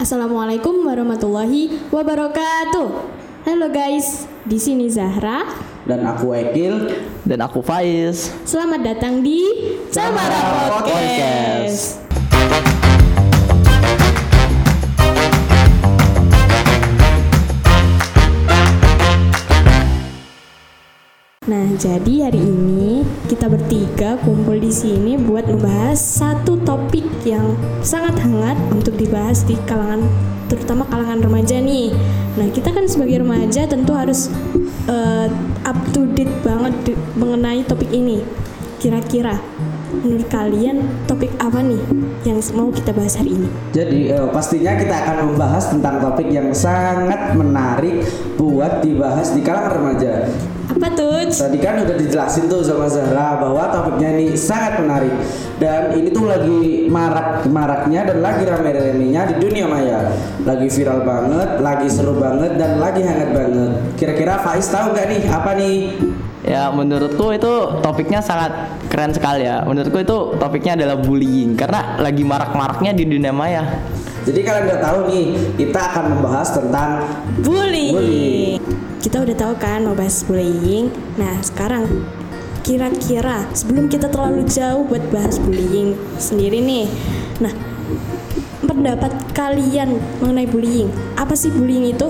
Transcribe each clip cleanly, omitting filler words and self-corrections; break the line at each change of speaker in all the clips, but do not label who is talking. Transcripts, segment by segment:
Assalamualaikum warahmatullahi wabarakatuh. Halo guys, di sini Zahra
dan aku Ekil
dan aku Faiz.
Selamat datang di Camara Podcast. Nah, jadi hari ini kita bertiga kumpul di sini buat membahas satu topik yang sangat hangat untuk dibahas di kalangan, terutama kalangan remaja nih. Nah, kita kan sebagai remaja tentu harus up to date banget mengenai topik ini. Kira-kira menurut kalian topik apa nih yang mau kita bahas hari ini?
Jadi pastinya kita akan membahas tentang topik yang sangat menarik buat dibahas di kalangan remaja.
Apa tuh?
Tadi kan udah dijelasin tuh sama Zahra bahwa topiknya ini sangat menarik dan ini tuh lagi maraknya dan lagi rame-ramenya di dunia maya. Lagi viral banget, lagi seru banget dan lagi hangat banget. Kira-kira Faiz tahu nggak nih apa nih?
Ya, menurutku itu topiknya sangat keren sekali ya. Menurutku itu topiknya adalah bullying karena lagi marak-maraknya di dunia maya.
Jadi kalian udah tahu nih, kita akan membahas tentang
bullying. Kita udah tahu kan mau bahas bullying. Nah, sekarang kira-kira sebelum kita terlalu jauh buat bahas bullying sendiri nih. Nah, pendapat kalian mengenai bullying. Apa sih bullying itu?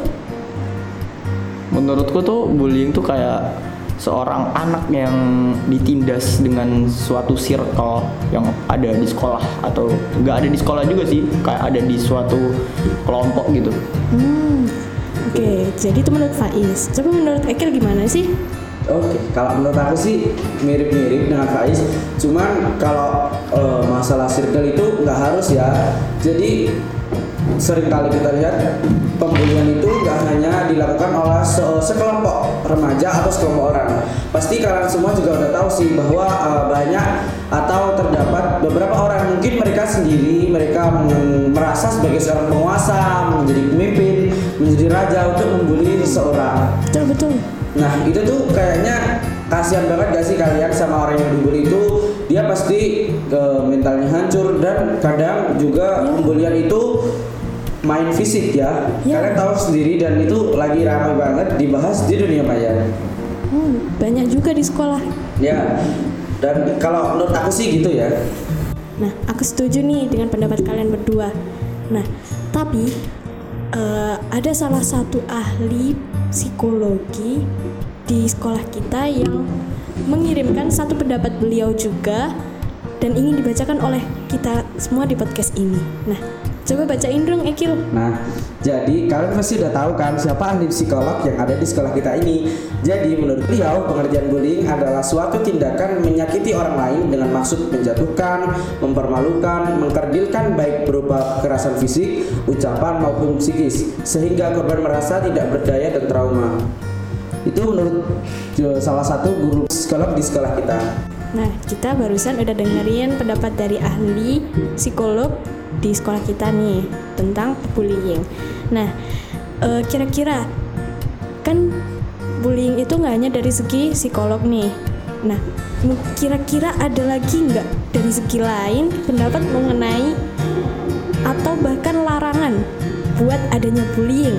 Menurutku tuh bullying tuh kayak seorang anak yang ditindas dengan suatu circle yang ada di sekolah atau nggak ada di sekolah juga sih, kayak ada di suatu kelompok gitu.
Oke, jadi itu menurut Faiz. Coba menurut Ekil gimana sih?
Oke, kalau menurut aku sih mirip-mirip dengan Faiz. Cuman kalau masalah circle itu nggak harus ya. Jadi sering kali kita lihat pembulian itu nggak hanya dilakukan oleh sekelompok remaja atau sekelompok orang. Pasti kalian semua juga udah tahu sih bahwa banyak atau terdapat beberapa orang, mungkin mereka sendiri merasa sebagai seorang penguasa, menjadi pemimpin, menjadi raja untuk membuli seseorang.
Betul.
Nah, itu tuh kayaknya kasihan banget gak sih kalian sama orang yang dibully itu? Dia pasti mentalnya hancur dan kadang juga pembulian itu main fisik ya. Kalian tahu sendiri dan itu lagi ramai banget dibahas di dunia maya.
Banyak juga di sekolah.
Ya. Dan kalau menurut aku sih gitu ya.
Nah, aku setuju nih dengan pendapat kalian berdua. Nah, tapi ada salah satu ahli psikologi di sekolah kita yang mengirimkan satu pendapat beliau juga dan ingin dibacakan oleh kita semua di podcast ini. Nah, coba bacain dong Ekil.
Nah, jadi kalian pasti udah tahu kan siapa ahli psikolog yang ada di sekolah kita ini. Jadi menurut beliau, pengertian bullying adalah suatu tindakan menyakiti orang lain dengan maksud menjatuhkan, mempermalukan, mengkerdilkan baik berupa kekerasan fisik, ucapan maupun psikis, sehingga korban merasa tidak berdaya dan trauma. Itu menurut salah satu guru psikolog di sekolah kita.
Nah, kita barusan udah dengerin pendapat dari ahli psikolog di sekolah kita nih tentang bullying. Nah, kira-kira kan bullying itu nggak hanya dari segi psikolog nih. Nah, kira-kira ada lagi nggak dari segi lain pendapat mengenai atau bahkan larangan buat adanya bullying?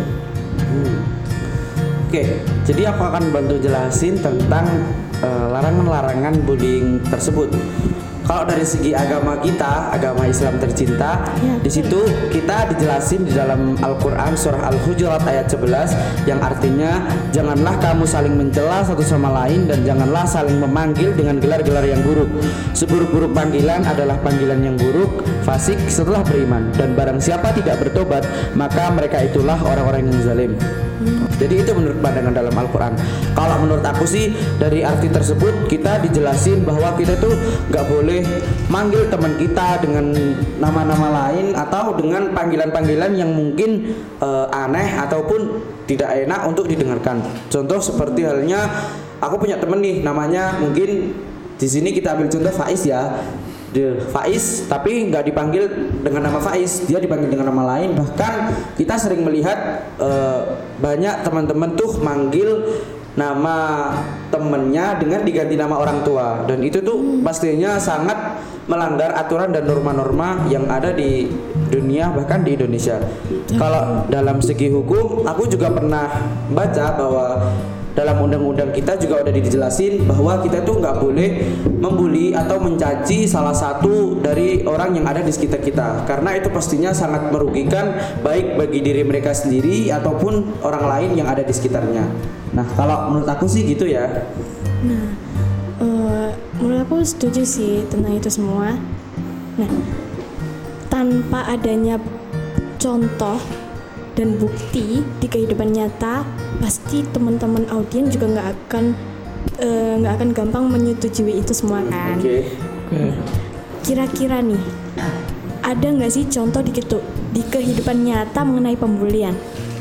Oke, jadi aku akan bantu jelasin tentang larangan-larangan bullying tersebut. Kalau dari segi agama kita, agama Islam tercinta, di situ kita dijelasin di dalam Al-Qur'an surah Al-Hujurat ayat 11 yang artinya janganlah kamu saling mencela satu sama lain dan janganlah saling memanggil dengan gelar-gelar yang buruk. Seburuk-buruk panggilan adalah panggilan yang buruk, fasik setelah beriman, dan barang siapa tidak bertobat, maka mereka itulah orang-orang yang zalim. Jadi itu menurut pandangan dalam Al-Quran. Kalau menurut aku sih dari arti tersebut kita dijelasin bahwa kita tuh gak boleh manggil teman kita dengan nama-nama lain atau dengan panggilan-panggilan yang mungkin aneh ataupun tidak enak untuk didengarkan. Contoh seperti halnya aku punya temen nih namanya mungkin di sini kita ambil contoh Faiz ya. Faiz tapi nggak dipanggil dengan nama Faiz, dia dipanggil dengan nama lain. Bahkan kita sering melihat banyak teman-teman tuh manggil nama temennya dengan diganti nama orang tua, dan itu tuh pastinya sangat melanggar aturan dan norma-norma yang ada di dunia, bahkan di Indonesia. Kalau dalam segi hukum, aku juga pernah baca bahwa dalam undang-undang kita juga udah dijelasin bahwa kita tuh nggak boleh membuli atau mencaci salah satu dari orang yang ada di sekitar kita, karena itu pastinya sangat merugikan baik bagi diri mereka sendiri ataupun orang lain yang ada di sekitarnya. Nah, kalau menurut aku sih gitu ya.
Nah, menurut aku setuju sih tentang itu semua. Nah, tanpa adanya contoh dan bukti di kehidupan nyata, pasti teman-teman audien juga nggak akan gampang menyetujui itu semua kan. Nah, kira-kira nih, ada nggak sih contoh di kehidupan nyata mengenai pembulian?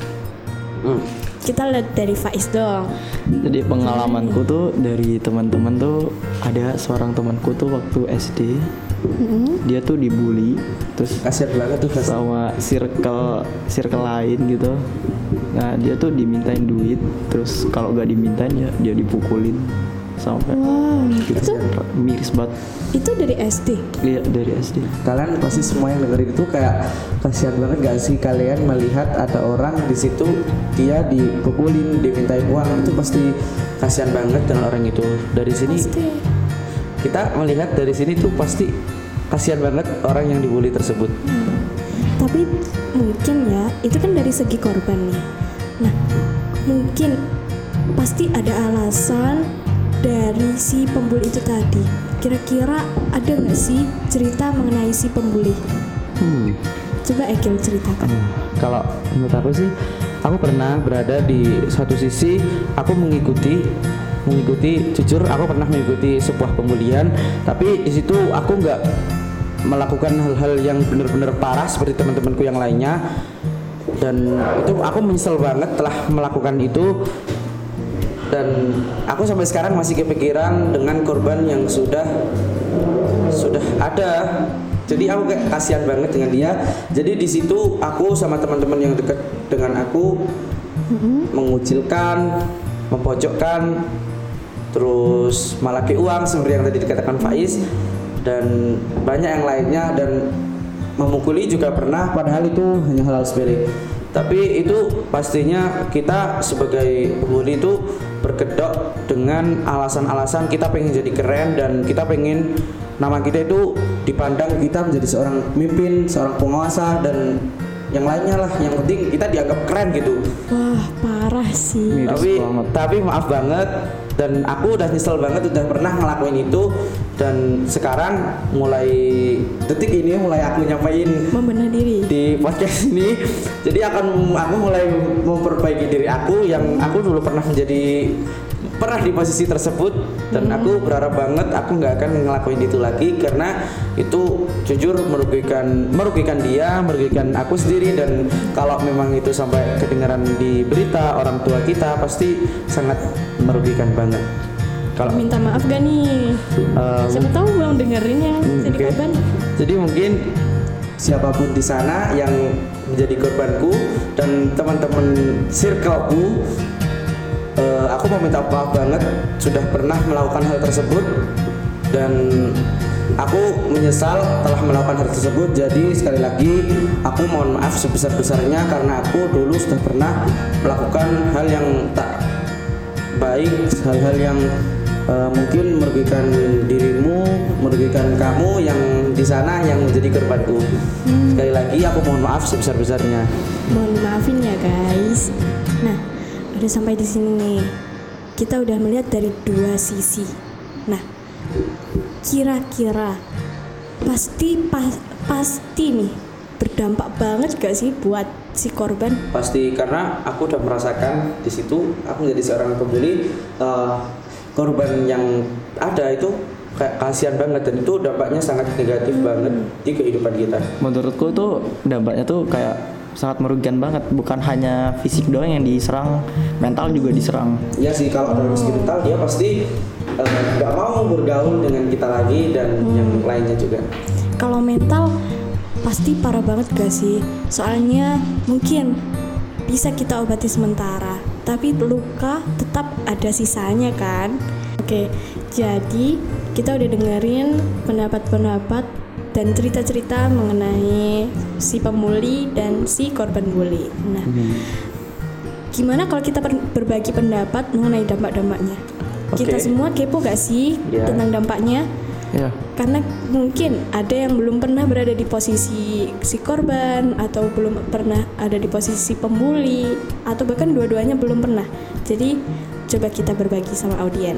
Kita lihat dari Faiz dong.
Jadi pengalamanku tuh dari teman-teman tuh, ada seorang temanku tuh waktu SD, dia tuh dibully terus
Kasian banget tuh
sama circle lain gitu. Nah, dia tuh dimintain duit, terus kalau gak dimintain ya dia dipukulin sampai gitu. Miris banget.
Itu dari SD?
Iya, dari SD.
Kalian pasti semua yang dengerin itu kayak kasihan banget gak sih kalian melihat ada orang di situ dia dipukulin, dimintain uang, itu pasti kasihan banget dengan orang itu. Dari sini
Pasti.
kita melihat dari sini tuh pasti kasihan banget orang yang dibully tersebut.
Tapi mungkin ya, itu kan dari segi korban nih. Nah, mungkin pasti ada alasan dari si pembuli itu tadi. Kira-kira ada nggak sih cerita mengenai si pembuli? Coba Ekil ceritakan.
Kalau menurut aku sih, aku pernah berada di satu sisi, aku mengikuti jujur aku pernah mengikuti sebuah pembulian, tapi di situ aku nggak melakukan hal-hal yang benar-benar parah seperti teman-temanku yang lainnya, dan itu aku menyesal banget telah melakukan itu, dan aku sampai sekarang masih kepikiran dengan korban yang sudah ada. Jadi aku kayak kasihan banget dengan dia. Jadi di situ aku sama teman-teman yang dekat dengan aku mengucilkan, mempojokkan, terus malaki uang seperti yang tadi dikatakan Faiz, dan banyak yang lainnya, dan memukuli juga pernah, padahal itu hanya hal-hal sepele. Tapi itu pastinya kita sebagai pembuli itu berkedok dengan alasan-alasan kita pengen jadi keren, dan kita pengen nama kita itu dipandang kita menjadi seorang pemimpin, seorang penguasa, dan yang lainnya lah. Yang penting kita dianggap keren gitu.
Wah, parah sih.
Tapi maaf banget, dan aku udah nyesel banget udah pernah ngelakuin itu, dan sekarang mulai detik ini mulai aku nyampain
Membenah diri
di podcast ini. Jadi aku mulai memperbaiki diri aku yang aku dulu pernah di posisi tersebut, dan aku berharap banget aku nggak akan ngelakuin itu lagi, karena itu jujur merugikan dia, merugikan aku sendiri, dan kalau memang itu sampai kedengaran di berita orang tua kita pasti sangat merugikan banget. Kalau
minta maaf gak nih? Siapa tahu belum dengerin yang jadi korban.
Jadi mungkin siapapun di sana yang menjadi korbanku dan teman-teman circleku, aku mau minta maaf banget sudah pernah melakukan hal tersebut, dan aku menyesal telah melakukan hal tersebut. Jadi sekali lagi aku mohon maaf sebesar-besarnya, karena aku dulu sudah pernah melakukan hal yang tak baik, hal-hal yang mungkin merugikan dirimu, merugikan kamu yang di sana yang menjadi korbanku. Sekali lagi aku mohon maaf sebesar-besarnya.
Mohon maafin ya guys. Nah, udah sampai di sini nih. Kita udah melihat dari dua sisi. Nah, kira-kira pasti nih berdampak banget gak sih buat si korban?
Pasti, karena aku udah merasakan di situ. Aku menjadi seorang pembuli, korban yang ada itu kayak kasihan banget, dan itu dampaknya sangat negatif banget di kehidupan kita.
Menurutku tuh dampaknya tuh kayak sangat merugikan banget, bukan hanya fisik doang yang diserang, mental juga diserang.
Ya sih, kalau dari segi mental dia pasti nggak mau bergaul dengan kita lagi, dan yang lainnya juga.
Kalau mental pasti parah banget gak sih? Soalnya mungkin bisa kita obati sementara, tapi luka tetap ada sisanya kan. Oke, jadi kita udah dengerin pendapat-pendapat dan cerita-cerita mengenai si pembuli dan si korban bully. Nah, gimana kalau kita berbagi pendapat mengenai dampak-dampaknya? Kita semua kepo gak sih tentang dampaknya? Karena mungkin ada yang belum pernah berada di posisi si korban, atau belum pernah ada di posisi si pembuli, atau bahkan dua-duanya belum pernah. Jadi coba kita berbagi sama audien.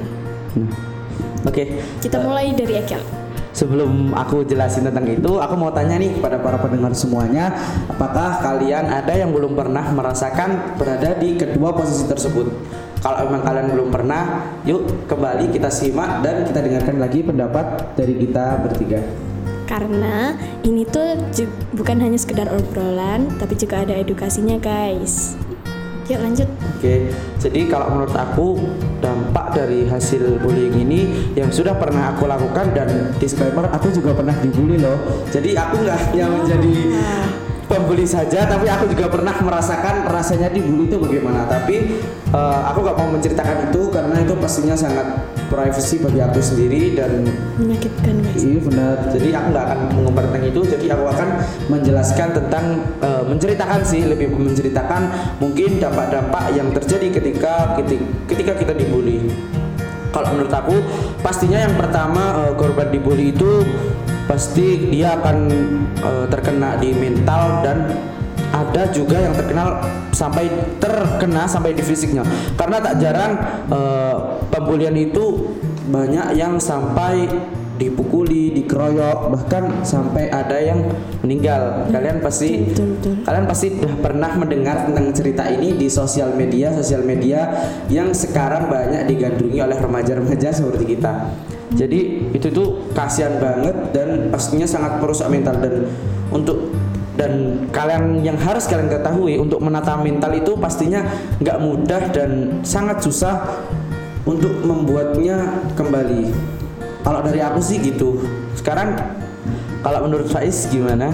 Kita mulai dari Ekel.
Sebelum aku jelasin tentang itu, aku mau tanya nih kepada para pendengar semuanya, apakah kalian ada yang belum pernah merasakan berada di kedua posisi tersebut? Kalau memang kalian belum pernah, yuk kembali kita simak dan kita dengarkan lagi pendapat dari kita bertiga.
Karena ini tuh bukan hanya sekedar obrolan, tapi juga ada edukasinya, guys. Yuk lanjut.
Oke, jadi kalau menurut aku dampak dari hasil bullying ini yang sudah pernah aku lakukan, dan disclaimer aku juga pernah dibully loh. Jadi aku nggak hanya menjadi pembuli saja, tapi aku juga pernah merasakan rasanya dibully itu bagaimana. Tapi aku nggak mau menceritakan itu karena itu pastinya sangat privacy bagi aku sendiri dan
menyakitkan, guys.
Iya benar. Jadi aku nggak akan mengumbar tentang itu. Jadi aku akan menjelaskan tentang menceritakan sih, lebih menceritakan mungkin dampak-dampak yang terjadi ketika kita dibully. Kalau menurut aku pastinya yang pertama, korban dibully itu pasti dia akan terkena di mental, dan ada juga yang terkena sampai di fisiknya. Karena tak jarang pembulian itu banyak yang sampai dipukuli, dikeroyok, bahkan sampai ada yang meninggal. Kalian pasti sudah pernah mendengar tentang cerita ini di sosial media yang sekarang banyak digandrungi oleh remaja-remaja seperti kita. Jadi itu tuh kasihan banget dan pastinya sangat merusak mental, dan kalian yang harus kalian ketahui, untuk menata mental itu pastinya nggak mudah dan sangat susah untuk membuatnya kembali. Kalau dari aku sih gitu. Sekarang kalau menurut Faiz gimana?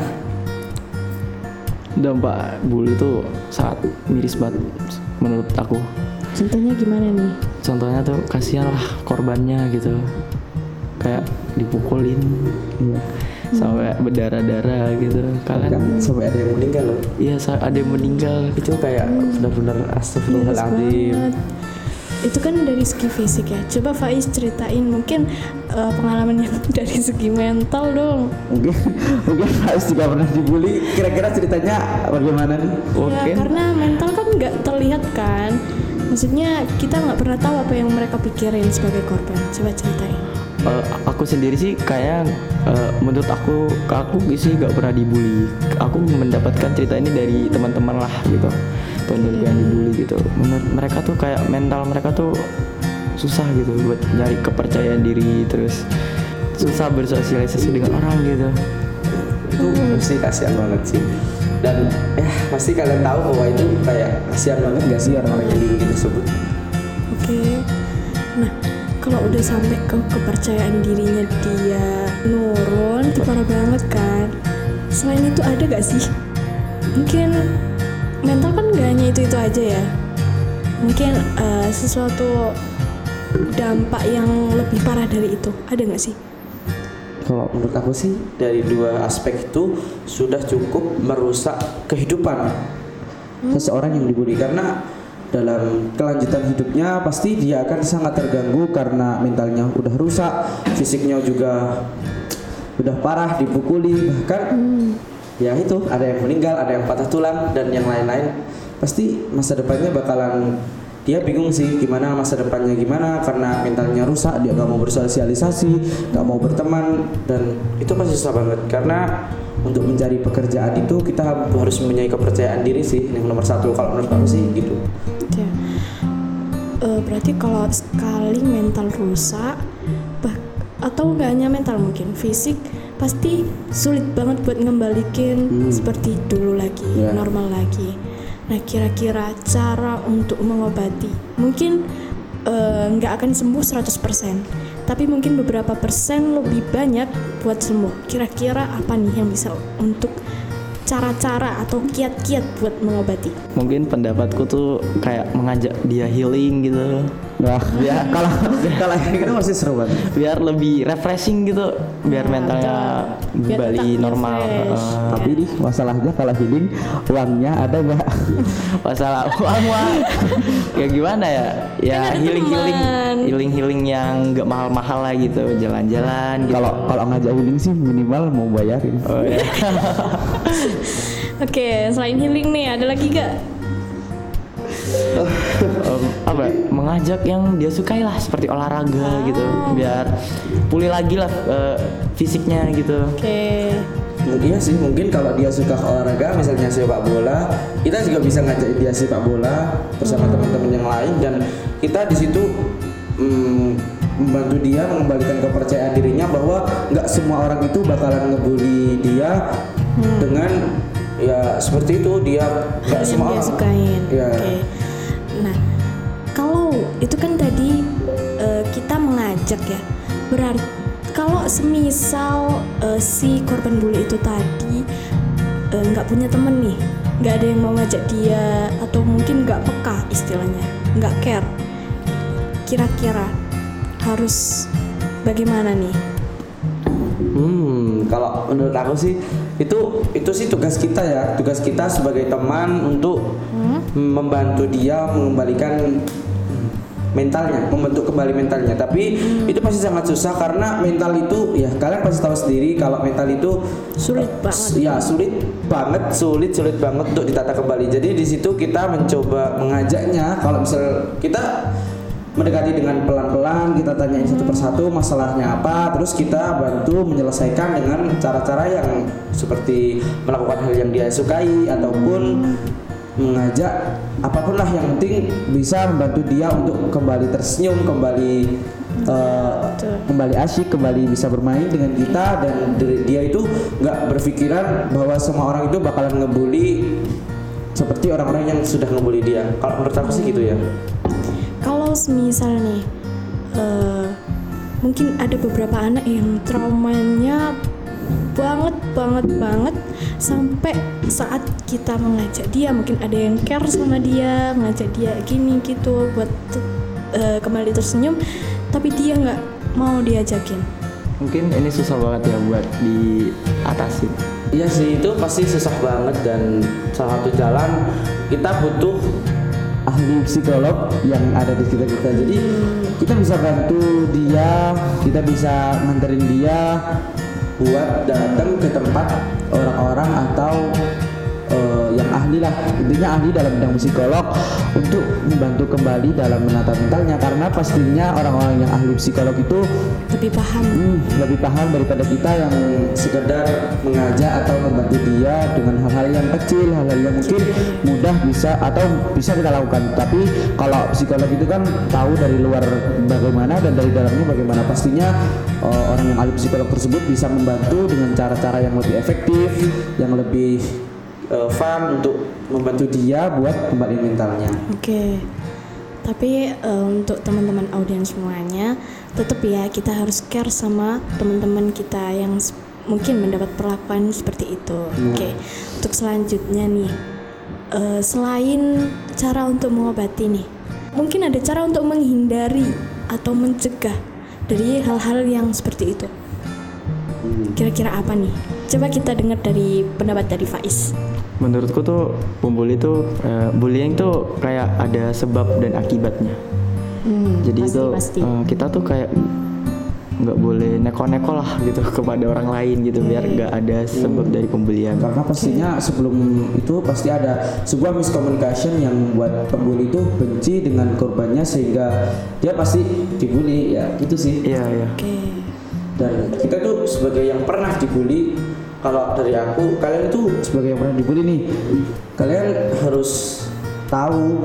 Dampak bully itu sangat miris banget menurut aku.
Contohnya gimana nih?
Contohnya tuh kasihan lah korbannya gitu, kayak dipukulin sampai berdarah-darah gitu. Kalian
sampai ada yang meninggal loh.
Iya, ada yang meninggal.
Itu kayak benar-benar astagfirullahaladzim.
Itu kan dari segi fisik ya. Coba Faiz ceritain mungkin pengalamannya dari segi mental dong.
Mungkin Faiz juga pernah dibully. Kira-kira ceritanya bagaimana nih?
Ya, karena mental kan nggak terlihat kan. Maksudnya kita nggak pernah tahu apa yang mereka pikirin sebagai korban. Coba ceritain.
Aku sendiri sih kayak menurut aku sih gak pernah dibully. Aku mendapatkan cerita ini dari teman-teman lah gitu, teman-teman yang dibully gitu. Menurut mereka tuh kayak mental mereka tuh susah gitu buat nyari kepercayaan diri, terus susah bersosialisasi dengan orang gitu.
Itu pasti kasihan banget sih. Dan pasti kalian tahu bahwa itu kayak kasihan banget gak sih orang-orang yang dibully tersebut.
Oke. Nah, kalau udah sampai ke kepercayaan dirinya dia nurun, itu parah banget kan. Selain itu ada gak sih? Mungkin mental kan gak hanya itu aja ya. Mungkin sesuatu dampak yang lebih parah dari itu, ada gak sih?
Kalau menurut aku sih dari dua aspek itu sudah cukup merusak kehidupan seseorang yang dibully. Karena dalam kelanjutan hidupnya pasti dia akan sangat terganggu karena mentalnya udah rusak, fisiknya juga udah parah, dipukuli, bahkan ya itu ada yang meninggal, ada yang patah tulang dan yang lain-lain. Pasti masa depannya bakalan dia bingung sih gimana masa depannya gimana, karena mentalnya rusak, dia gak mau bersosialisasi, gak mau berteman, dan itu pasti susah banget. Karena untuk mencari pekerjaan itu kita harus mempunyai kepercayaan diri sih, yang nomor satu kalau menurut aku sih gitu.
Ya. Berarti kalau sekali mental rusak, atau nggak hanya mental, mungkin fisik, pasti sulit banget buat ngembalikin seperti dulu lagi, normal lagi. Nah, kira-kira cara untuk mengobati mungkin nggak akan sembuh 100%, tapi mungkin beberapa persen lebih banyak buat sembuh. Kira-kira apa nih yang bisa untuk cara-cara atau kiat-kiat buat mengobati?
Mungkin pendapatku tuh kayak mengajak dia healing gitu.
Wah, ya kalau kayak gitu masih seru banget.
Biar lebih refreshing gitu, biar mentalnya
biar
kembali
tetap
normal.
refresh.
Tapi nih masalahnya kalau healing uangnya ada nggak?
Masalah uang mah ya gimana ya? Ya
Kan ada
healing yang nggak mahal-mahal lah gitu, jalan-jalan gitu.
Kalau ngajak healing sih minimal mau bayarin.
Oh, ya.
Oke, selain healing nih ada lagi gak?
Apa mengajak yang dia sukai lah, seperti olahraga gitu, biar pulih lagi lah fisiknya gitu.
Oke.
Iya sih, mungkin kalau dia suka olahraga misalnya sepak bola, kita juga bisa ngajak dia sepak bola bersama teman-teman yang lain, dan kita di situ membantu dia mengembalikan kepercayaan dirinya bahwa nggak semua orang itu bakalan ngebully dia dengan ya seperti itu, dia nggak
Hal yang
semua
dia
orang
sukain.
ya.
Oke. Nah, kalau itu kan tadi kita mengajak ya. Berarti kalau semisal si korban bully itu tadi nggak punya temen nih, nggak ada yang mau ngajak dia, atau mungkin nggak peka istilahnya, nggak care. Kira-kira harus bagaimana nih?
Kalau menurut aku sih itu sih tugas kita ya, tugas kita sebagai teman untuk membantu dia mengembalikan mentalnya, membentuk kembali mentalnya. Tapi itu pasti sangat susah karena mental itu ya kalian pasti tahu sendiri kalau mental itu
Sulit banget.
Ya sulit banget untuk ditata kembali. Jadi di situ kita mencoba mengajaknya. Kalau misal kita mendekati dengan pelan-pelan, kita tanyain satu persatu masalahnya apa, terus kita bantu menyelesaikan dengan cara-cara yang seperti melakukan hal yang dia sukai ataupun mengajak apapun lah, yang penting bisa membantu dia untuk kembali tersenyum, kembali asyik, kembali bisa bermain dengan kita, dan dia itu nggak berpikiran bahwa semua orang itu bakalan ngebully seperti orang-orang yang sudah ngebully dia. Kalau menurut aku sih gitu ya.
Kalau misal nih mungkin ada beberapa anak yang traumanya banget sampai saat kita mengajak dia, mungkin ada yang care sama dia, ngajak dia gini gitu buat kembali tersenyum, tapi dia nggak mau diajakin.
Mungkin ini susah banget ya buat diatasin.
Iya sih, itu pasti susah banget, dan salah satu jalan kita butuh ahli psikolog yang ada di sekitar kita. Jadi kita bisa bantu dia, kita bisa nganterin dia buat datang ke tempat orang-orang atau yang ahli lah, intinya ahli dalam bidang psikolog untuk membantu kembali dalam menata mentalnya, karena pastinya orang-orang yang ahli psikolog itu lebih paham daripada kita yang sekedar mengajak atau membantu dia dengan hal-hal yang kecil, hal-hal yang mungkin mudah bisa kita lakukan. Tapi kalau psikolog itu kan tahu dari luar bagaimana dan dari dalamnya bagaimana. Pastinya orang yang ahli psikolog tersebut bisa membantu dengan cara-cara yang lebih efektif, yang lebih fun untuk membantu dia buat kembali mentalnya.
Oke. Tapi untuk teman-teman audiens semuanya, tetap ya kita harus care sama teman-teman kita yang mungkin mendapat perlakuan seperti itu. Oke. Untuk selanjutnya nih, selain cara untuk mengobati nih, mungkin ada cara untuk menghindari atau mencegah dari hal-hal yang seperti itu. Kira-kira apa nih? Coba kita dengar dari pendapat dari Faiz.
Menurutku tuh pembuli tuh bullying tuh kayak ada sebab dan akibatnya. Jadi
pasti.
Kita tuh kayak nggak boleh neko-neko lah gitu kepada orang lain gitu, biar nggak ada sebab dari pembulian.
Karena pastinya sebelum itu pasti ada sebuah miscommunication yang membuat pembuli itu benci dengan korbannya sehingga dia pasti dibully ya, gitu sih.
Iya.
Dan kita tuh sebagai yang pernah dibully, kalau dari aku, kalian itu sebagai yang pernah dibully nih, kalian harus tahu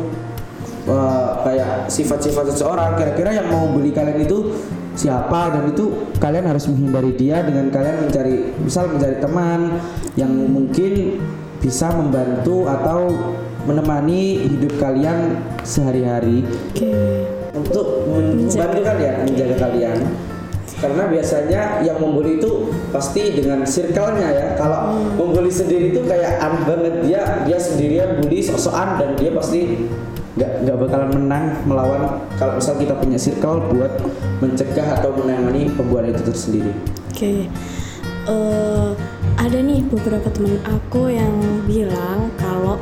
kayak sifat-sifat seseorang, kira-kira yang mau bully kalian itu siapa, dan itu kalian harus menghindari dia dengan kalian mencari teman yang mungkin bisa membantu atau menemani hidup kalian sehari-hari untuk membantu kalian, menjaga kalian. Karena biasanya yang membuli itu pasti dengan circle-nya ya. Kalau membuli sendiri itu kayak aneh banget, dia sendirian bully sok-sokan dan dia pasti nggak bakalan menang melawan kalau misal kita punya circle buat mencegah atau menangani pembulian itu tersendiri.
Oke. Ada nih beberapa teman aku yang bilang kalau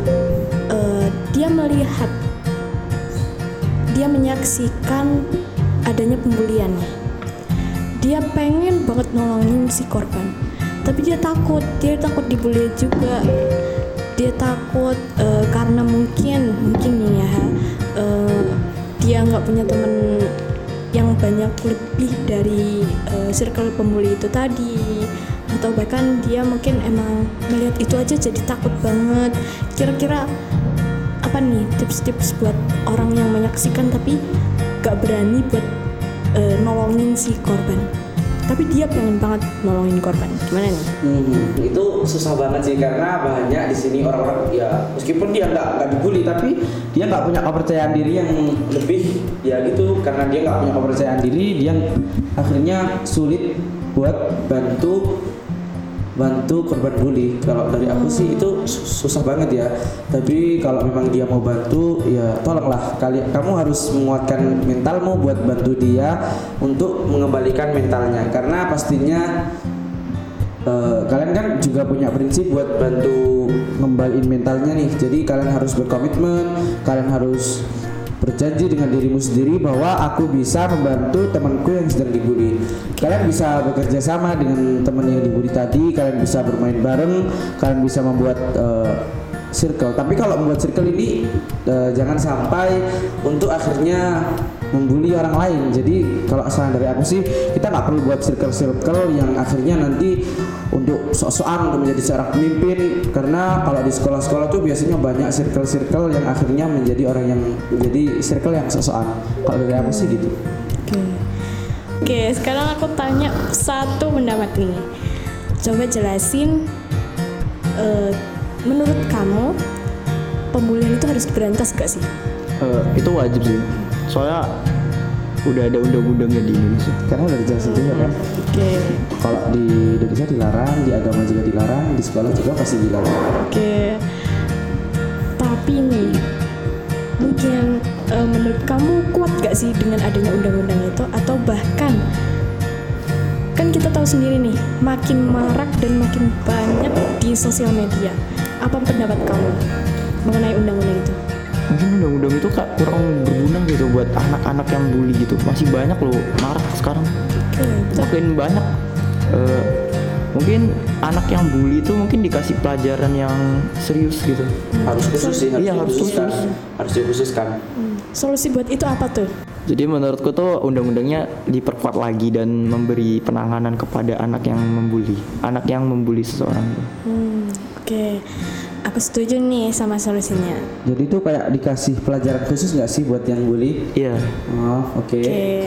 dia menyaksikan adanya pembulian. Dia pengen banget nolongin si korban, tapi dia takut dibully juga. Dia takut karena mungkin nih ya, dia nggak punya teman yang banyak lebih dari circle pembuli itu tadi, atau bahkan dia mungkin emang melihat itu aja jadi takut banget. Kira-kira apa nih tips-tips buat orang yang menyaksikan tapi gak berani buat nolongin si korban, tapi dia pengen banget nolongin korban, gimana nih?
Itu susah banget sih, karena banyak di sini orang-orang ya meskipun dia nggak dibully tapi dia nggak punya kepercayaan diri yang lebih ya gitu. Karena dia nggak punya kepercayaan diri, dia akhirnya sulit buat bantu korban bully. Kalau dari aku sih itu susah banget ya. Tapi kalau memang dia mau bantu, ya tolonglah kamu harus menguatkan mentalmu buat bantu dia untuk mengembalikan mentalnya. Karena pastinya kalian kan juga punya prinsip buat bantu ngembaliin mentalnya nih. Jadi kalian harus berkomitmen, kalian harus berjanji dengan dirimu sendiri bahwa aku bisa membantu temanku yang sedang dibully. Kalian bisa bekerja sama dengan teman yang dibully tadi, kalian bisa bermain bareng, kalian bisa membuat circle. Tapi kalau membuat circle ini jangan sampai untuk akhirnya membuli orang lain. Jadi kalau saran dari aku sih, kita nggak perlu buat circle yang akhirnya nanti untuk sok-sokan untuk menjadi seorang pemimpin. Karena kalau di sekolah-sekolah tuh biasanya banyak circle yang akhirnya menjadi orang yang menjadi circle yang sok-sokan. Kalau dari aku sih gitu.
Oke, sekarang aku tanya satu pendapat nih. Coba jelasin, menurut kamu pembulian itu harus berantas gak sih?
Itu wajib sih. Soalnya udah ada undang-undangnya di Indonesia.
Karena udah dijelasin juga kan.
Oke.
Kalau di Indonesia dilarang, di agama juga dilarang, di sekolah juga pasti dilarang.
Oke. Tapi nih, mungkin menurut kamu kuat gak sih dengan adanya undang-undang itu? Atau bahkan kan kita tahu sendiri nih, makin marak dan makin banyak di sosial media. Apa pendapat kamu mengenai undang-undang itu?
Mungkin undang-undang itu kurang berguna gitu buat anak-anak yang bully gitu. Masih banyak loh marak sekarang. Makin banyak. Mungkin anak yang bully itu mungkin dikasih pelajaran yang serius gitu.
Harus khusus sih,
harus
dikhususkan.
Solusi buat itu apa tuh?
Jadi menurutku tuh undang-undangnya diperkuat lagi dan memberi penanganan kepada anak yang membuli seseorang.
Oke. Aku setuju nih sama solusinya.
Jadi itu kayak dikasih pelajaran khusus nggak sih buat yang bully?
Iya.
Oh, oke.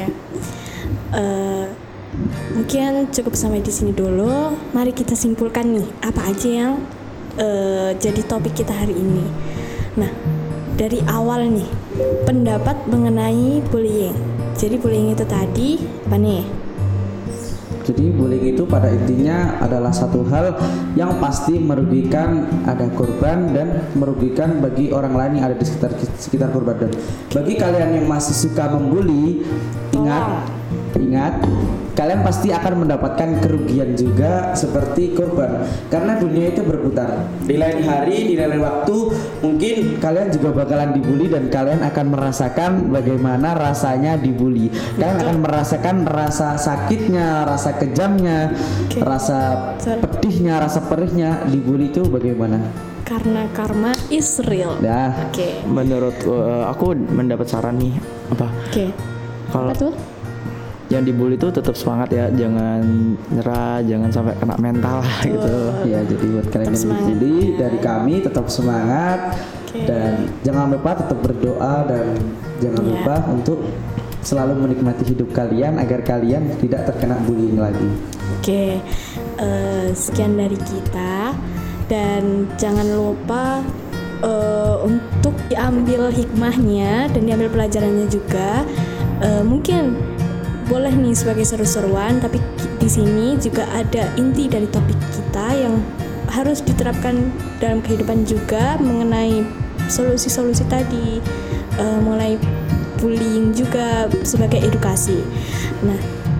Mungkin cukup sampai di sini dulu. Mari kita simpulkan nih apa aja yang jadi topik kita hari ini. Nah, dari awal nih pendapat mengenai bullying. Jadi bullying itu tadi apa nih?
Jadi bullying itu pada intinya adalah satu hal yang pasti merugikan ada korban dan merugikan bagi orang lain yang ada di sekitar korban. Dan bagi kalian yang masih suka membuli, ingat kalian pasti akan mendapatkan kerugian juga seperti korban, karena dunia itu berputar. Di lain hari, di lain waktu, mungkin kalian juga bakalan dibully dan kalian akan merasakan bagaimana rasanya dibully. Kalian akan merasakan rasa sakitnya, rasa kejamnya, rasa pedihnya, rasa perihnya dibully itu bagaimana?
Karena karma is real.
Nah,
menurut aku mendapat saran nih apa? Kalau yang dibully itu tetap semangat ya, jangan nyerah, jangan sampai kena mental gitu.
Ya, jadi buat kalian yang dibully dari kami tetap semangat dan jangan lupa tetap berdoa dan jangan lupa untuk selalu menikmati hidup kalian agar kalian tidak terkena bullying lagi.
Sekian dari kita dan jangan lupa untuk diambil hikmahnya dan diambil pelajarannya juga. Mungkin boleh nih sebagai seru-seruan, tapi di sini juga ada inti dari topik kita yang harus diterapkan dalam kehidupan juga, mengenai solusi-solusi tadi, mulai bullying juga sebagai edukasi. Nah,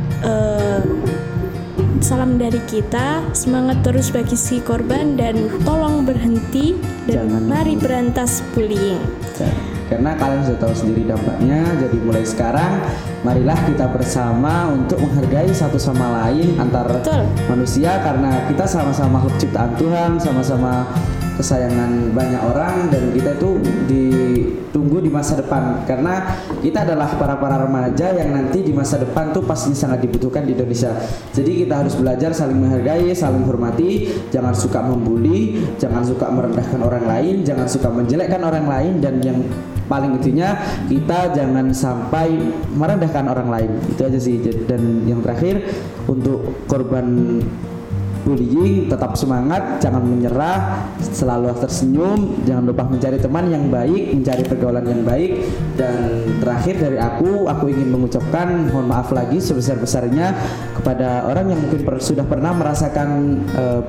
salam dari kita, semangat terus bagi si korban dan tolong berhenti dan mari berantas bullying.
Karena kalian sudah tahu sendiri dampaknya. Jadi mulai sekarang marilah kita bersama untuk menghargai satu sama lain antar manusia, karena kita sama-sama makhluk ciptaan Tuhan, sama-sama kesayangan banyak orang, dan kita itu ditunggu di masa depan, karena kita adalah para remaja yang nanti di masa depan tuh pastinya sangat dibutuhkan di Indonesia. Jadi kita harus belajar saling menghargai, saling hormati, jangan suka membuli, jangan suka merendahkan orang lain, jangan suka menjelekkan orang lain, dan yang paling intinya kita jangan sampai merendahkan orang lain. Itu aja sih. Dan yang terakhir, untuk korban bullying, tetap semangat, jangan menyerah, selalu tersenyum, jangan lupa mencari teman yang baik, mencari pergaulan yang baik. Dan terakhir dari aku ingin mengucapkan mohon maaf lagi sebesar-besarnya kepada orang yang mungkin sudah pernah merasakan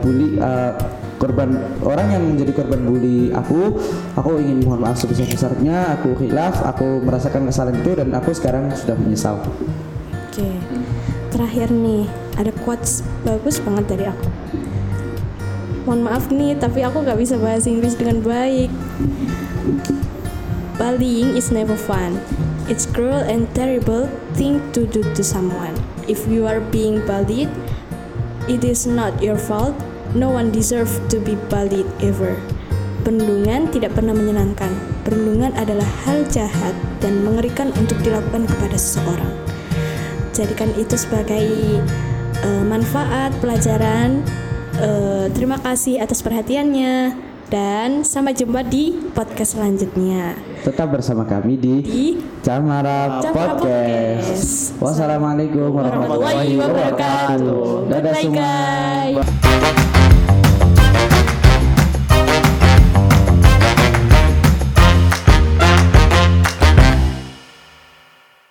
orang yang menjadi korban bully aku ingin mohon maaf sebesar-besarnya. Aku khilaf, aku merasakan kesalahan itu, dan aku sekarang sudah menyesal.
Oke. Terakhir nih, ada quotes bagus banget dari aku. Mohon maaf nih, tapi aku gak bisa bahasa Inggris dengan baik. Bullying is never fun. It's cruel and terrible thing to do to someone. If you are being bullied, it is not your fault. No one deserve to be bullied ever. Perundungan tidak pernah menyenangkan. Perundungan adalah hal jahat dan mengerikan untuk dilakukan kepada seseorang. Jadikan itu sebagai manfaat, pelajaran. Terima kasih atas perhatiannya, dan sampai jumpa di podcast selanjutnya.
Tetap bersama kami di Camara Podcast. Wassalamualaikum warahmatullahi wabarakatuh. Dadah semua.